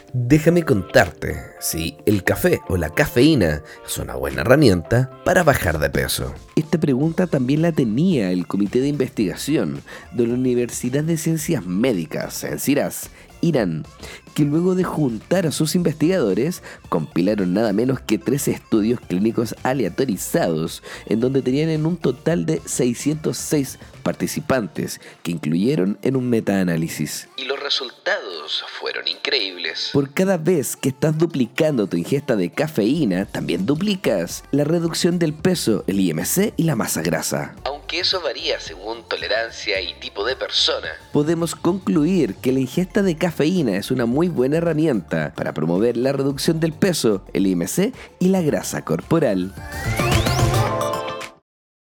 Déjame contarte si el café o la cafeína es una buena herramienta para bajar de peso. Esta pregunta también la tenía el Comité de Investigación de la Universidad de Ciencias Médicas en Shiraz, Irán, que luego de juntar a sus investigadores compilaron nada menos que 13 estudios clínicos aleatorizados en donde tenían en un total de 606 participantes que incluyeron en un metaanálisis. Y los resultados fueron increíbles. Por cada vez que estás duplicando tu ingesta de cafeína, también duplicas la reducción del peso, el IMC y la masa grasa. Aunque eso varía según tolerancia y tipo de persona, podemos concluir que la ingesta de cafeína es una muy buena herramienta para promover la reducción del peso, el IMC y la grasa corporal.